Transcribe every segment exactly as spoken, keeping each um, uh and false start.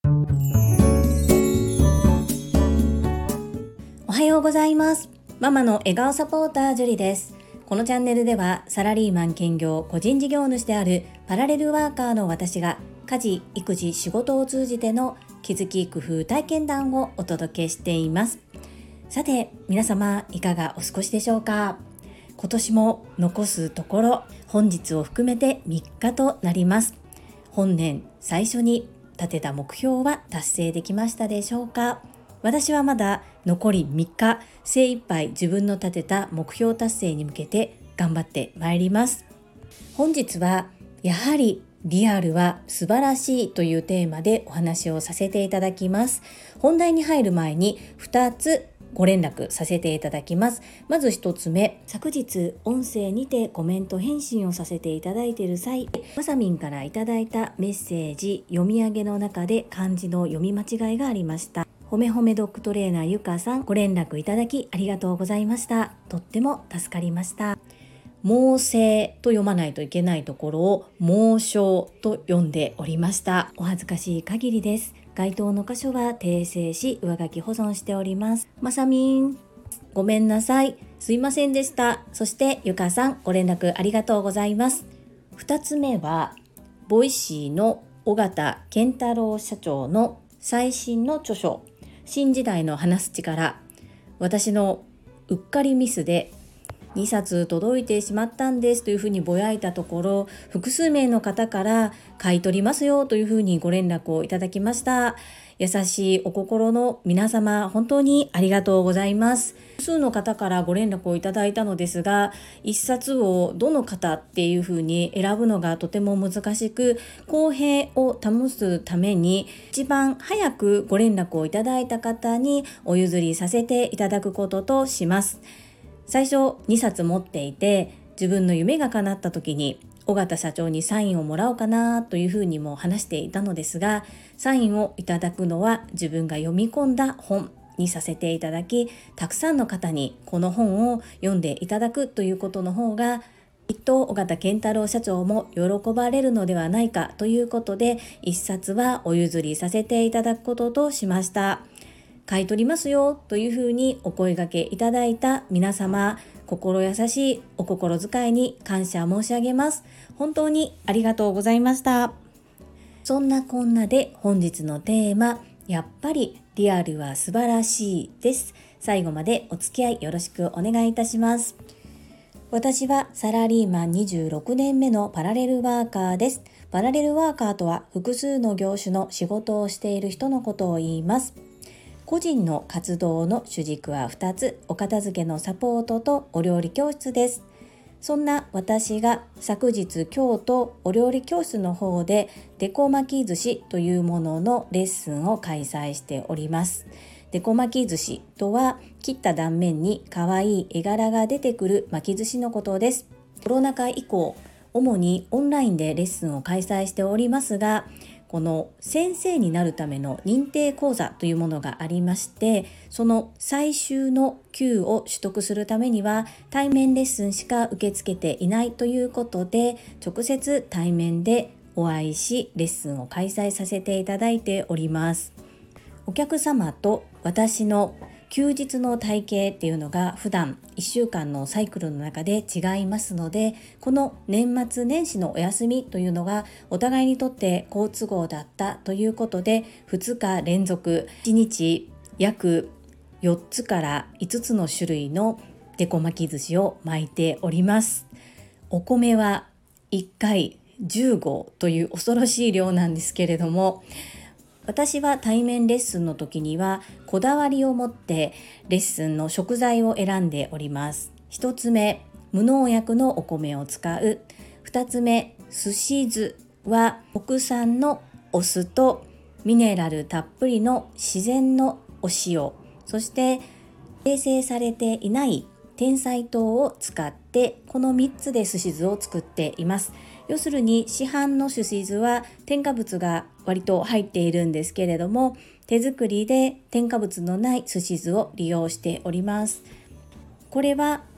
おはようございます。ママの笑顔サポータージュリです。このチャンネルではサラリーマン兼業個人事業主であるパラレルワーカーの私が家事、育児、仕事を通じての気づき、工夫、体験談をお届けしています。さて皆様いかがお過ごしでしょうか。今年も残すところ本日を含めてみっかとなります。本年最初に立てた目標は達成できましたでしょうか。私はまだ残りみっか、精一杯自分の立てた目標達成に向けて頑張ってまいります。本日はやはりリアルは素晴らしいというテーマでお話をさせていただきます。本題に入る前にふたつご連絡させていただきます。まずひとつめ、昨日音声にてコメント返信をさせていただいている際、まさみんからいただいたメッセージ読み上げの中で漢字の読み間違いがありました。ほめほめドッグトレーナーゆかさん、ご連絡いただきありがとうございました。とっても助かりました。猛省と読まないといけないところを猛省と読んでおりました。お恥ずかしい限りです。該当の箇所は訂正し上書き保存しております。まさみん、ごめんなさい。すいませんでした。そしてゆかさん、ご連絡ありがとうございます。ふたつめはボイシーの尾形健太郎社長の最新の著書、新時代の話す力。私のうっかりミスでにさつ届いてしまったんですというふうにぼやいたところ、複数名の方から買い取りますよというふうにご連絡をいただきました。優しいお心の皆様、本当にありがとうございます。複数の方からご連絡をいただいたのですが、一冊をどの方っていうふうに選ぶのがとても難しく、公平を保つために一番早くご連絡をいただいた方にお譲りさせていただくこととします。最初にさつ持っていて、自分の夢が叶った時に尾形社長にサインをもらおうかなというふうにも話していたのですが、サインをいただくのは自分が読み込んだ本にさせていただき、たくさんの方にこの本を読んでいただくということの方がきっと尾形健太郎社長も喜ばれるのではないかということで、一冊はお譲りさせていただくこととしました。買い取りますよというふうにお声掛けいただいた皆様、心優しいお心遣いに感謝申し上げます。本当にありがとうございました。そんなこんなで本日のテーマ、やっぱりリアルは素晴らしいです。最後までお付き合いよろしくお願いいたします。私はサラリーマンにじゅうろくねんめのパラレルワーカーです。パラレルワーカーとは複数の業種の仕事をしている人のことを言います。個人の活動の主軸はふたつ、お片付けのサポートとお料理教室です。そんな私が昨日京都お料理教室の方でデコ巻き寿司というもののレッスンを開催しております。デコ巻き寿司とは切った断面に可愛い絵柄が出てくる巻き寿司のことです。コロナ禍以降、主にオンラインでレッスンを開催しておりますが、この先生になるための認定講座というものがありまして、その最終の級を取得するためには対面レッスンしか受け付けていないということで、直接対面でお会いしレッスンを開催させていただいております。お客様と私の休日の体系っていうのが普段いっしゅうかんのサイクルの中で違いますので、この年末年始のお休みというのがお互いにとって好都合だったということで、ふつか連続いちにち約よっつからいつつの種類のデコ巻き寿司を巻いております。お米はいっかいじゅうごうという恐ろしい量なんですけれども、私は対面レッスンの時にはこだわりを持ってレッスンの食材を選んでおります。ひとつめ、無農薬のお米を使う。ふたつめ、寿司酢は国産のお酢とミネラルたっぷりの自然のお塩、そして精製されていない天才糖を使ってこのみっつで寿司酢を作っています。要するに市販の寿司酢は添加物が割と入っているんですけれども、手作りで添加物のない寿司酢を利用しております。これは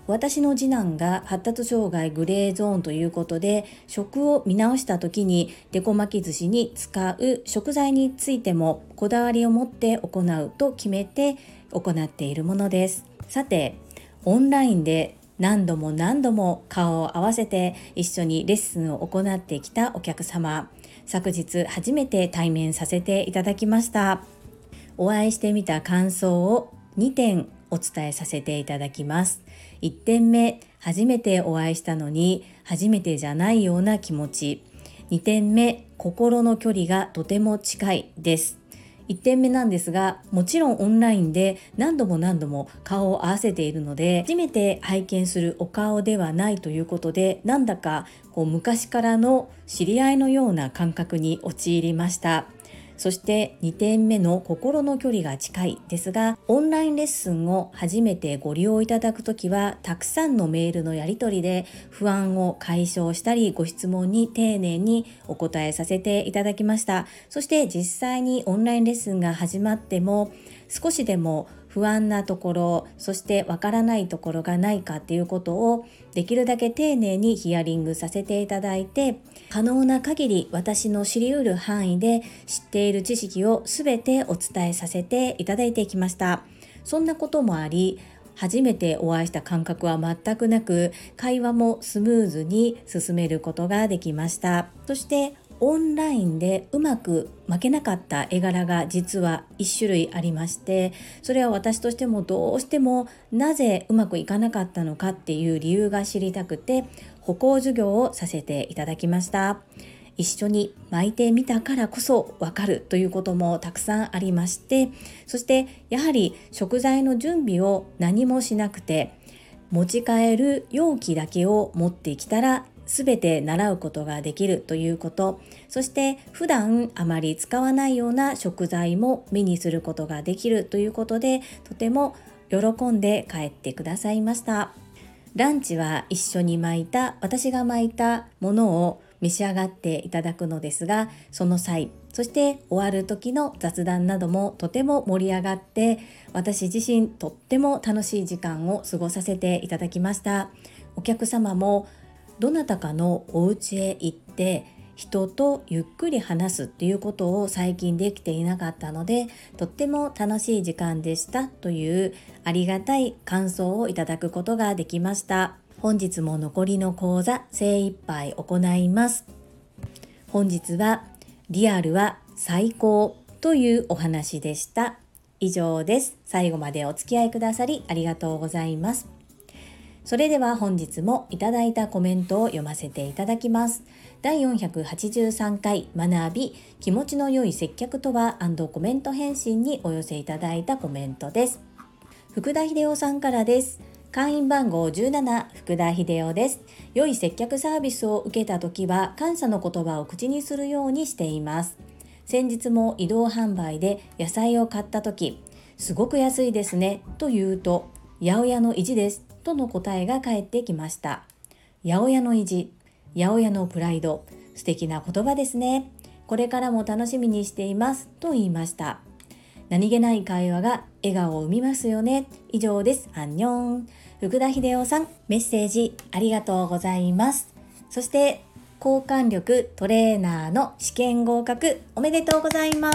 私の次男が発達障害グレーゾーンということで、食を見直した時にデコ巻き寿司に使う食材についてもこだわりを持って行うと決めて行っているものです。さて、オンラインで何度も何度も顔を合わせて一緒にレッスンを行ってきたお客様、昨日初めて対面させていただきました。お会いしてみた感想をにてんお伝えさせていただきます。いってんめ、初めてお会いしたのに初めてじゃないような気持ち。にてんめ、心の距離がとても近いです。いってんめなんですが、もちろんオンラインで何度も何度も顔を合わせているので、初めて拝見するお顔ではないということで、なんだかこう昔からの知り合いのような感覚に陥りました。そしてにてんめの心の距離が近いですが、オンラインレッスンを初めてご利用いただくときは、たくさんのメールのやり取りで不安を解消したり、ご質問に丁寧にお答えさせていただきました。そして実際にオンラインレッスンが始まっても、少しでも不安なところ、そしてわからないところがないかっていうことをできるだけ丁寧にヒアリングさせていただいて、可能な限り私の知り得る範囲で知っている知識をすべてお伝えさせていただいてきました。そんなこともあり、初めてお会いした感覚は全くなく、会話もスムーズに進めることができました。そしてオンラインでうまく巻けなかった絵柄が実はいち種類ありまして、それは私としてもどうしてもなぜうまくいかなかったのかっていう理由が知りたくて、歩行授業をさせていただきました。一緒に巻いてみたからこそわかるということもたくさんありまして、そしてやはり食材の準備を何もしなくて、持ち帰る容器だけを持ってきたらすべて習うことができるということ、そして普段あまり使わないような食材も目にすることができるということで、とても喜んで帰ってくださいました。ランチは一緒に巻いた、私が巻いたものを召し上がっていただくのですが、その際、そして終わる時の雑談などもとても盛り上がって、私自身とっても楽しい時間を過ごさせていただきました。お客様もどなたかのお家へ行って人とゆっくり話すっていうことを最近できていなかったので、とっても楽しい時間でしたというありがたい感想をいただくことができました。本日も残りの講座精一杯行います。本日はリアルは最高というお話でした。以上です。最後までお付き合いくださりありがとうございます。それでは本日もいただいたコメントを読ませていただきます。だいよんひゃくはちじゅうさんかい学び気持ちの良い接客とは&コメント返信にお寄せいただいたコメントです。福田秀夫さんからです。会員番号じゅうなな、福田秀夫です。良い接客サービスを受けたときは感謝の言葉を口にするようにしています。先日も移動販売で野菜を買ったとき、すごく安いですねと言うと、八百屋の意地ですとの答えが返ってきました。八百屋の意地、八百屋のプライド、素敵な言葉ですね。これからも楽しみにしていますと言いました。何気ない会話が笑顔を生みますよね。以上です。アンニョン。福田秀夫さん、メッセージありがとうございます。そして交換力トレーナーの試験合格おめでとうございます。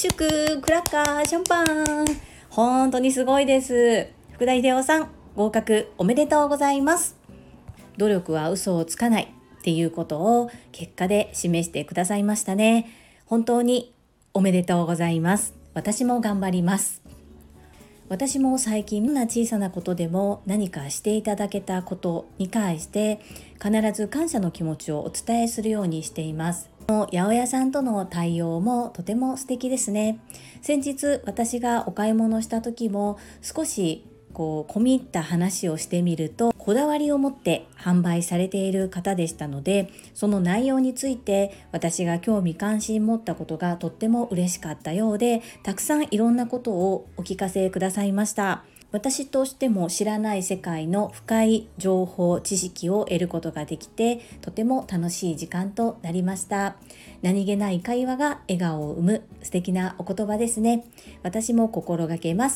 祝クラッカーシャンパン、本当にすごいです。福田秀夫さん、合格おめでとうございます。努力は嘘をつかないっていうことを結果で示してくださいましたね。本当におめでとうございます。私も頑張ります。私も最近どんな小さなことでも何かしていただけたことに関して必ず感謝の気持ちをお伝えするようにしています。八百屋さんとの対応もとても素敵ですね。先日私がお買い物した時も少しこう込み入った話をしてみると、こだわりを持って販売されている方でしたので、その内容について私が興味関心持ったことがとっても嬉しかったようで、たくさんいろんなことをお聞かせくださいました。私としても知らない世界の深い情報知識を得ることができて、とても楽しい時間となりました。何気ない会話が笑顔を生む素敵なお言葉ですね。私も心がけます。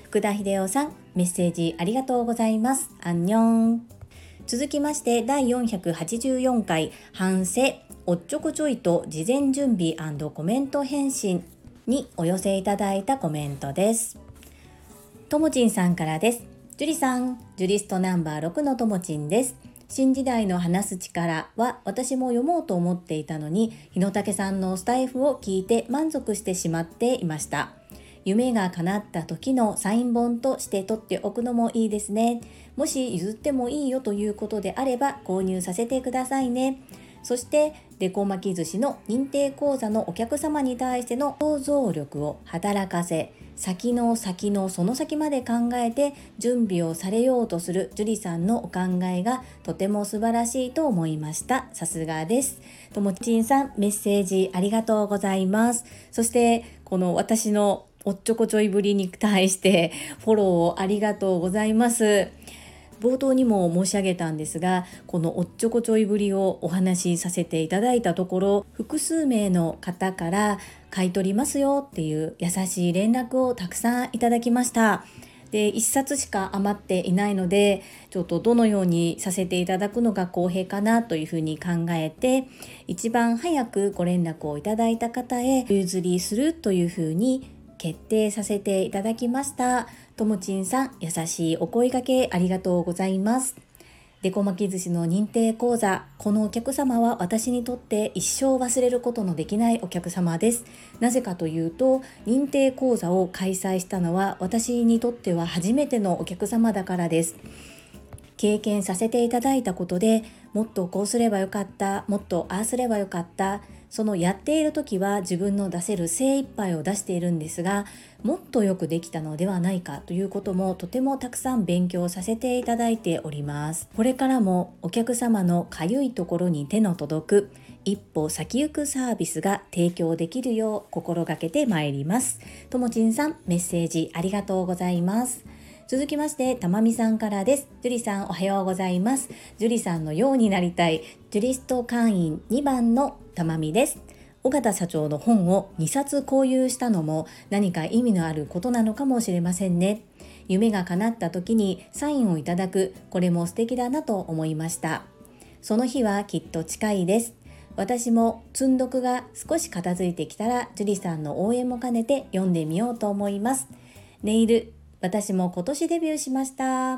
福田秀夫さん、メッセージありがとうございます。アンニョン。続きましてだいよんひゃくはちじゅうよんかい反省おっちょこちょいと事前準備&コメント返信にお寄せいただいたコメントです。ともちんさんからです。ジュリさん、ジュリストナンバーろくのともちんです。新時代の話す力は私も読もうと思っていたのに、日野武さんのスタイフを聞いて満足してしまっていました。夢が叶った時のサイン本として取っておくのもいいですね。もし譲ってもいいよということであれば購入させてくださいね。そしてデコ巻き寿司の認定講座のお客様に対しての想像力を働かせ、先の先のその先まで考えて準備をされようとするジュリさんのお考えがとても素晴らしいと思いました。さすがです。ともちんさん、メッセージありがとうございます。そしてこの私のおっちょこちょいぶりに対してフォローをありがとうございます。冒頭にも申し上げたんですが、このおっちょこちょいぶりをお話しさせていただいたところ、複数名の方から買い取りますよっていう優しい連絡をたくさんいただきました。で、いっさつしか余っていないので、ちょっとどのようにさせていただくのが公平かなというふうに考えて、一番早くご連絡をいただいた方へお譲りするというふうに決定させていただきました。ともちんさん、優しいお声掛けありがとうございます。デコ巻き寿司の認定講座、このお客様は私にとって一生忘れることのできないお客様です。なぜかというと、認定講座を開催したのは私にとっては初めてのお客様だからです。経験させていただいたことで、もっとこうすればよかった、もっとああすればよかった、そのやっている時は自分の出せる精一杯を出しているんですが、もっとよくできたのではないかということもとてもたくさん勉強させていただいております。これからもお客様のかゆいところに手の届く一歩先行くサービスが提供できるよう心がけてまいります。ともちんさん、メッセージありがとうございます。続きましてたまみさんからです。ジュリさん、おはようございます。ジュリさんのようになりたいジュリスト会員にばんのたまみです。尾形社長の本をにさつ購入したのも何か意味のあることなのかもしれませんね。夢が叶った時にサインをいただく、これも素敵だなと思いました。その日はきっと近いです。私も積んどくが少し片付いてきたらジュリさんの応援も兼ねて読んでみようと思います。ネイル、私も今年デビューしました。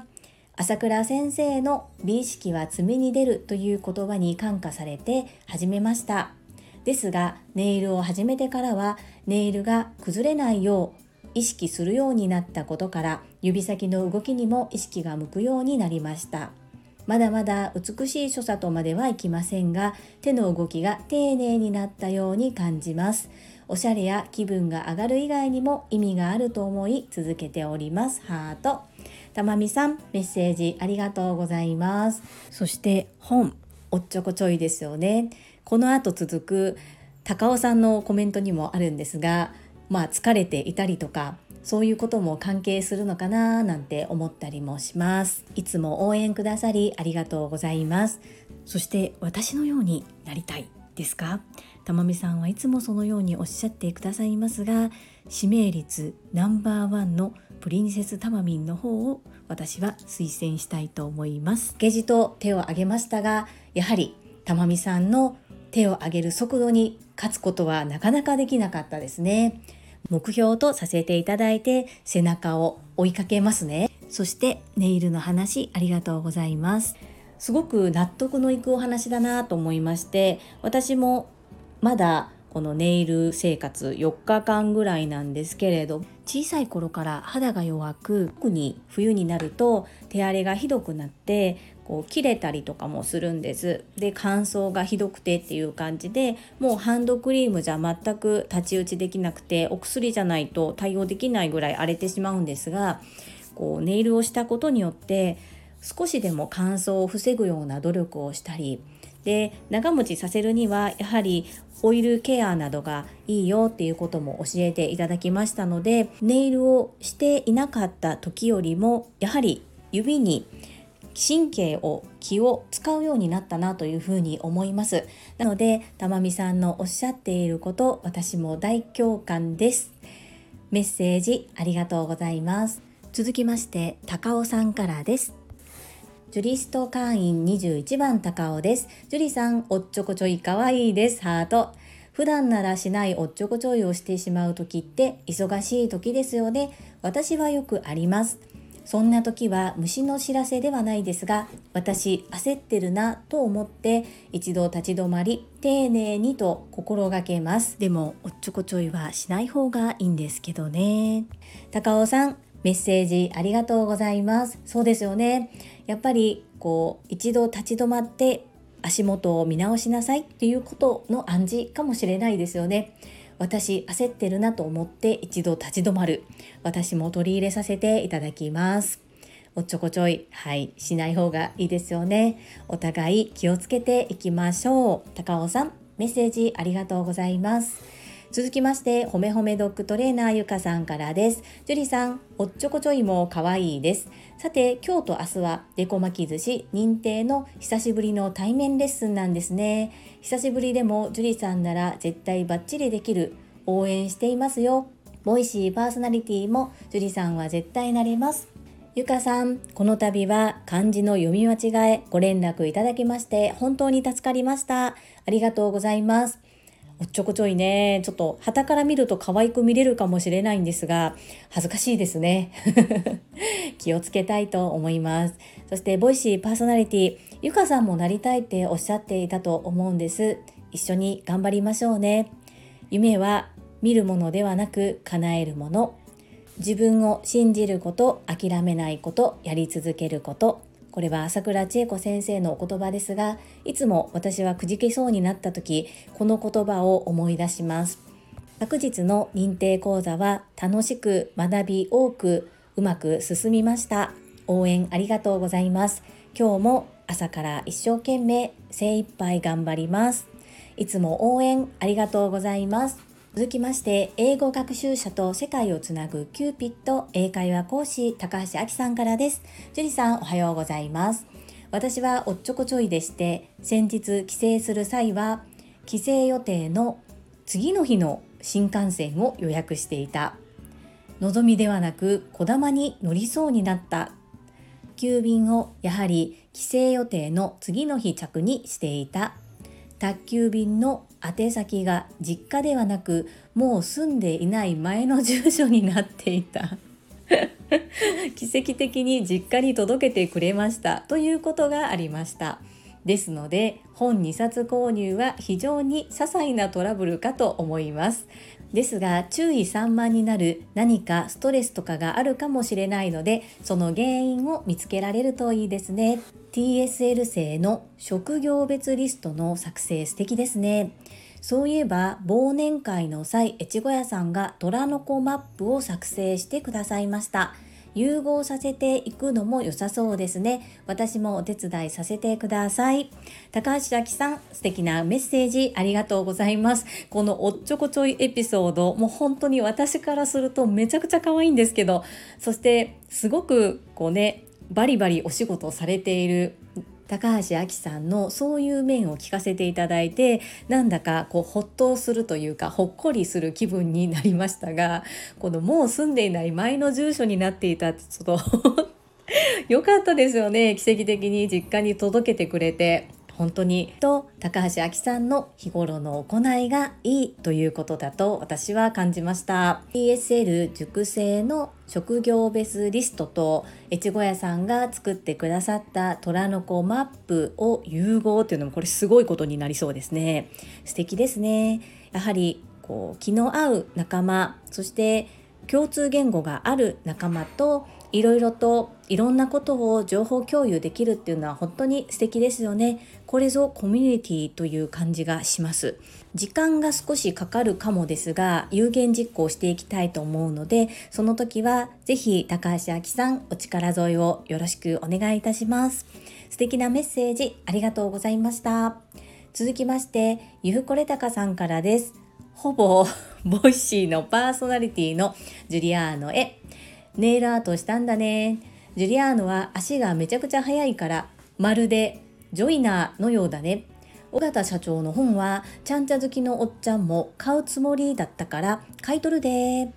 朝倉先生の美意識は爪に出るという言葉に感化されて始めました。ですがネイルを始めてからはネイルが崩れないよう意識するようになったことから、指先の動きにも意識が向くようになりました。まだまだ美しい所作とまではいきませんが、手の動きが丁寧になったように感じます。おしゃれや気分が上がる以外にも意味があると思い続けております。ハート。たまみさん、メッセージありがとうございます。そして本、おっちょこちょいですよね。この後続く高尾さんのコメントにもあるんですが、まあ疲れていたりとか、そういうことも関係するのかななんて思ったりもします。いつも応援くださりありがとうございます。そして私のようになりたいですか？たまみさんはいつもそのようにおっしゃってくださいますが、指名率ナンバーワンのプリンセスたまみんの方を私は推薦したいと思います。ゲジと手を挙げましたが、やはりたまみさんの手を挙げる速度に勝つことはなかなかできなかったですね。目標とさせていただいて背中を追いかけますね。そしてネイルの話ありがとうございます。すごく納得のいくお話だなと思いまして、私もまだこのネイル生活よっかかんぐらいなんですけれど、小さい頃から肌が弱く、特に冬になると手荒れがひどくなってこう切れたりとかもするんです。で、乾燥がひどくてっていう感じで、もうハンドクリームじゃ全く太刀打ちできなくて、お薬じゃないと対応できないぐらい荒れてしまうんですが、こうネイルをしたことによって少しでも乾燥を防ぐような努力をしたりで、長持ちさせるにはやはりオイルケアなどがいいよっていうことも教えていただきましたので、ネイルをしていなかった時よりもやはり指に神経を気を使うようになったなというふうに思います。なのでたまみさんのおっしゃっていること、私も大共感です。メッセージありがとうございます。 続きまして高尾さんからです。ジュリスト会員にじゅういちばん高尾です。ジュリさん、おっちょこちょいかわいいです。ハート。普段ならしないおっちょこちょいをしてしまう時って忙しい時ですよね。私はよくあります。そんな時は虫の知らせではないですが、私焦ってるなと思って一度立ち止まり丁寧にと心がけます。でもおっちょこちょいはしない方がいいんですけどね。高尾さん、メッセージありがとうございます。そうですよね。やっぱりこう一度立ち止まって足元を見直しなさいっていうことの暗示かもしれないですよね。私焦ってるなと思って一度立ち止まる。私も取り入れさせていただきます。おっちょこちょい、はいしない方がいいですよね。お互い気をつけていきましょう。高尾さん、メッセージありがとうございます。続きましてほめほめドッグトレーナーゆかさんからです。ジュリさん、おっちょこちょいも可愛いです。さて今日と明日はデコ巻き寿司認定の久しぶりの対面レッスンなんですね。久しぶりでもジュリさんなら絶対バッチリできる。応援していますよ。ボイシーパーソナリティもジュリさんは絶対なれます。ゆかさん、この度は漢字の読み間違えご連絡いただきまして本当に助かりました。ありがとうございます。おっちょこちょいね、ちょっと傍から見ると可愛く見れるかもしれないんですが恥ずかしいですね気をつけたいと思います。そしてボイシーパーソナリティゆかさんもなりたいっておっしゃっていたと思うんです。一緒に頑張りましょうね。夢は見るものではなく叶えるもの。自分を信じること、諦めないこと、やり続けること。これは朝倉千恵子先生のお言葉ですが、いつも私はくじけそうになった時、この言葉を思い出します。昨日の認定講座は楽しく学び多くうまく進みました。応援ありがとうございます。今日も朝から一生懸命精一杯頑張ります。いつも応援ありがとうございます。続きまして英語学習者と世界をつなぐキューピット英会話講師高橋明さんからです。ジュリさん、おはようございます。私はおっちょこちょいでして、先日帰省する際は帰省予定の次の日の新幹線を予約していた。のぞみではなくこだまに乗りそうになった。急便をやはり帰省予定の次の日着にしていた。宅急便の宛先が実家ではなくもう住んでいない前の住所になっていた奇跡的に実家に届けてくれましたということがありました。ですので本にさつ購入は非常に些細なトラブルかと思います。ですが注意散漫になる何かストレスとかがあるかもしれないので、その原因を見つけられるといいですね。 ティーエスエル 生の職業別リストの作成素敵ですね。そういえば忘年会の際、越後屋さんが虎の子マップを作成してくださいました。融合させていくのも良さそうですね。私もお手伝いさせてください。高橋明さん、素敵なメッセージありがとうございます。このおっちょこちょいエピソード、もう本当に私からするとめちゃくちゃ可愛いんですけど、そしてすごくこうね、バリバリお仕事をされている高橋明さんのそういう面を聞かせていただいて、なんだかこうほっとするというかほっこりする気分になりましたが、このもう住んでいない前の住所になっていたってちょっとよかったですよね。奇跡的に実家に届けてくれて、本当にと高橋明さんの日頃の行いがいいということだと私は感じました。 ティーエスエル 塾生の職業別リストと越後屋さんが作ってくださった虎の子マップを融合というのもこれすごいことになりそうですね。素敵ですね。やはりこう気の合う仲間、そして共通言語がある仲間といろいろといろんなことを情報共有できるっていうのは本当に素敵ですよね。これぞコミュニティという感じがします。時間が少しかかるかもですが有言実行していきたいと思うので、その時はぜひ高橋明さんお力添えをよろしくお願いいたします。素敵なメッセージありがとうございました。続きましてゆふこれたかさんからです。ほぼボイシーのパーソナリティのジュリアーノへ。ネイルアートしたんだね。ジュリアーノは足がめちゃくちゃ速いからまるでジョイナーのようだね。尾形社長の本はちゃんちゃ好きのおっちゃんも買うつもりだったから買い取るで。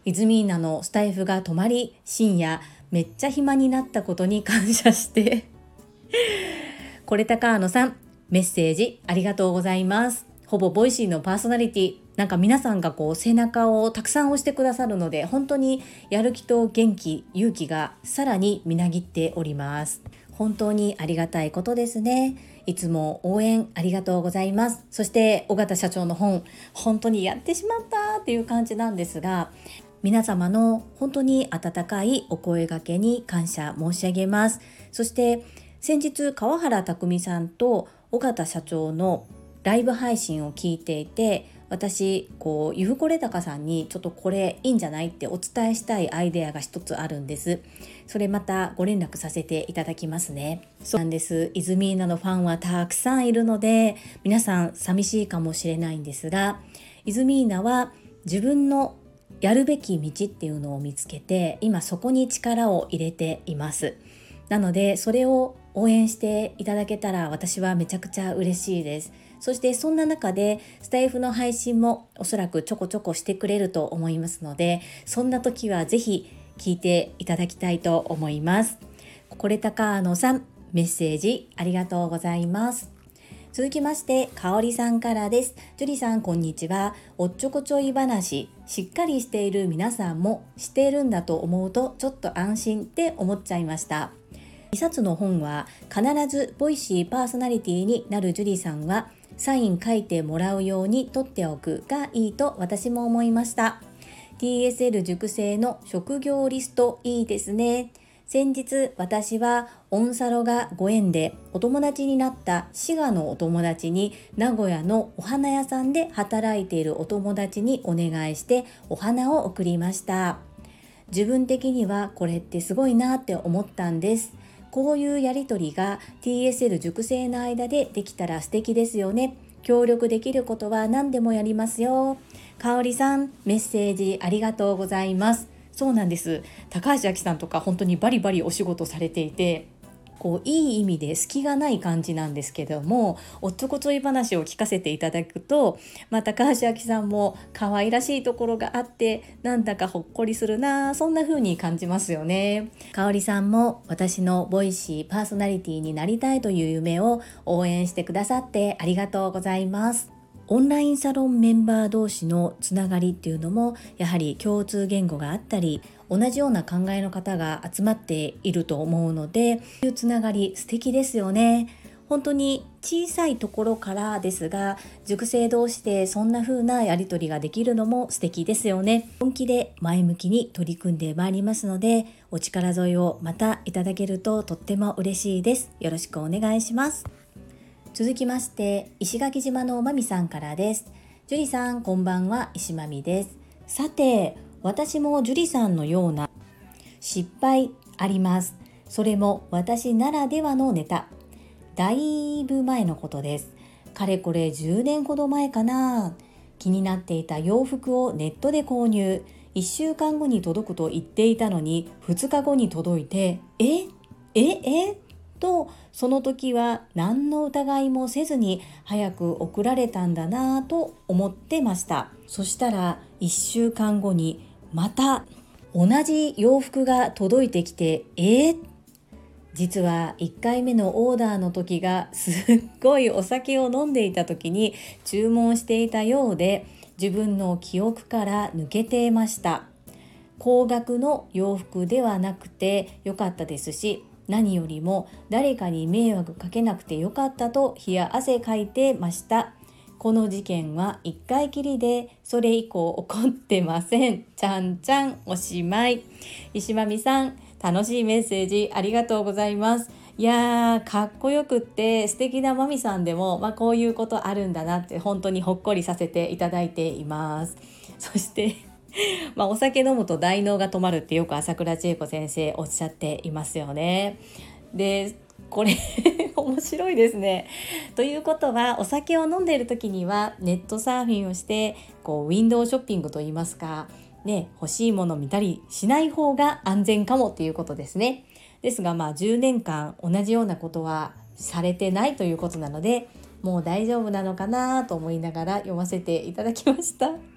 イズミーナのスタイフが止まり、深夜めっちゃ暇になったことに感謝してこれたかーのさん、メッセージありがとうございます。ほぼボイシーのパーソナリティ、なんか皆さんがこう背中をたくさん押してくださるので、本当にやる気と元気、勇気がさらにみなぎっております。本当にありがたいことですね。いつも応援ありがとうございます。そして尾形社長の本、本当にやってしまったっていう感じなんですが、皆様の本当に温かいお声掛けに感謝申し上げます。そして先日川原拓さんと尾形社長のライブ配信を聞いていて、私こうゆふこれたかさんにちょっとこれいいんじゃないってお伝えしたいアイデアが一つあるんです。それまたご連絡させていただきますね。そうなんです。イズミーナのファンはたくさんいるので、皆さん寂しいかもしれないんですが、イズミーナは自分のやるべき道っていうのを見つけて、今そこに力を入れています。なのでそれを応援していただけたら私はめちゃくちゃ嬉しいです。そしてそんな中でスタイフの配信もおそらくちょこちょこしてくれると思いますので、そんな時はぜひ聞いていただきたいと思います。これたかーのさん、メッセージありがとうございます。続きましてかおりさんからです。ジュリさんこんにちは。おっちょこちょい話しっかりしている皆さんもしているんだと思うとちょっと安心って思っちゃいました。にさつの本は必ずボイシーパーソナリティになるジュリさんはサイン書いてもらうように取っておくがいいと私も思いました。 ティーエスエル 塾生の職業リストいいですね。先日私はオンサロがご縁でお友達になった滋賀のお友達に名古屋のお花屋さんで働いているお友達にお願いしてお花を贈りました。自分的にはこれってすごいなって思ったんです。こういうやりとりが ティーエスエル 塾生の間でできたら素敵ですよね。協力できることは何でもやりますよ。かおりさん、メッセージありがとうございます。そうなんです。高橋明さんとか本当にバリバリお仕事されていて、こういい意味で隙がない感じなんですけども、おっちょこちょい話を聞かせていただくと、まあ、高橋明さんも可愛らしいところがあってなんだかほっこりするな、そんな風に感じますよね。かおりさんも私のボイシーパーソナリティになりたいという夢を応援してくださってありがとうございます。オンラインサロンメンバー同士のつながりっていうのもやはり共通言語があったり、同じような考えの方が集まっていると思うので、そういうつながり素敵ですよね。本当に小さいところからですが、塾生同士でそんな風なやり取りができるのも素敵ですよね。本気で前向きに取り組んでまいりますので、お力添えをまたいただけるととっても嬉しいです。よろしくお願いします。続きまして石垣島のまみさんからです。ジュリさんこんばんは、石まみです。さて、私もジュリさんのような失敗あります。それも私ならではのネタ。だいぶ前のことです。かれこれじゅうねんほど前かな。気になっていた洋服をネットで購入。いっしゅうかんごに届くと言っていたのにふつかごに届いて、えええと、その時は何の疑いもせずに早く送られたんだなぁと思ってました。そしたらいっしゅうかんごにまた同じ洋服が届いてきて、えー、実はいっかいめのオーダーの時がすっごいお酒を飲んでいた時に注文していたようで、自分の記憶から抜けていました。高額の洋服ではなくてよかったですし、何よりも誰かに迷惑かけなくてよかったと冷や汗かいてました。この事件はいっかいきりで、それ以降起こってません。ちゃんちゃんおしまい。石まみさん、楽しいメッセージありがとうございます。いやー、かっこよくって素敵なまみさんでも、まあ、こういうことあるんだなって本当にほっこりさせていただいています。そしてまあ、お酒飲むと大脳が止まるってよく朝倉千恵子先生おっしゃっていますよね。でこれ面白いですね。ということは、お酒を飲んでいる時にはネットサーフィンをしてこうウィンドウショッピングといいますか、ね、欲しいものを見たりしない方が安全かもっていうことですね。ですがまあじゅうねんかん同じようなことはされてないということなので、もう大丈夫なのかなと思いながら読ませていただきました。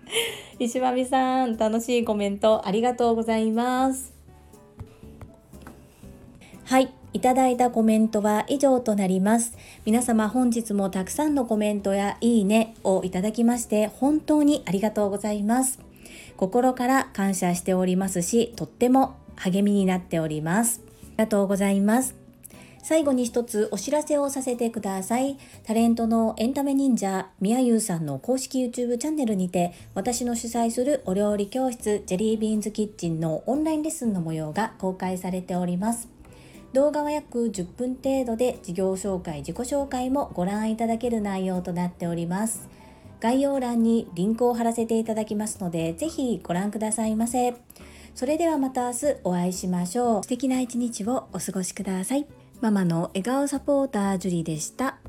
石まみさん、楽しいコメントありがとうございます。はい、いただいたコメントは以上となります。皆様本日もたくさんのコメントやいいねをいただきまして本当にありがとうございます。心から感謝しておりますし、とっても励みになっております。ありがとうございます。最後に一つお知らせをさせてください。タレントのエンタメ忍者みやゆうさんの公式 YouTube チャンネルにて、私の主催するお料理教室ジェリービーンズキッチンのオンラインレッスンの模様が公開されております。動画は約じゅっぷん程度で、事業紹介、自己紹介もご覧いただける内容となっております。概要欄にリンクを貼らせていただきますので、ぜひご覧くださいませ。それではまた明日お会いしましょう。素敵な一日をお過ごしください。ママの笑顔サポータージュリでした。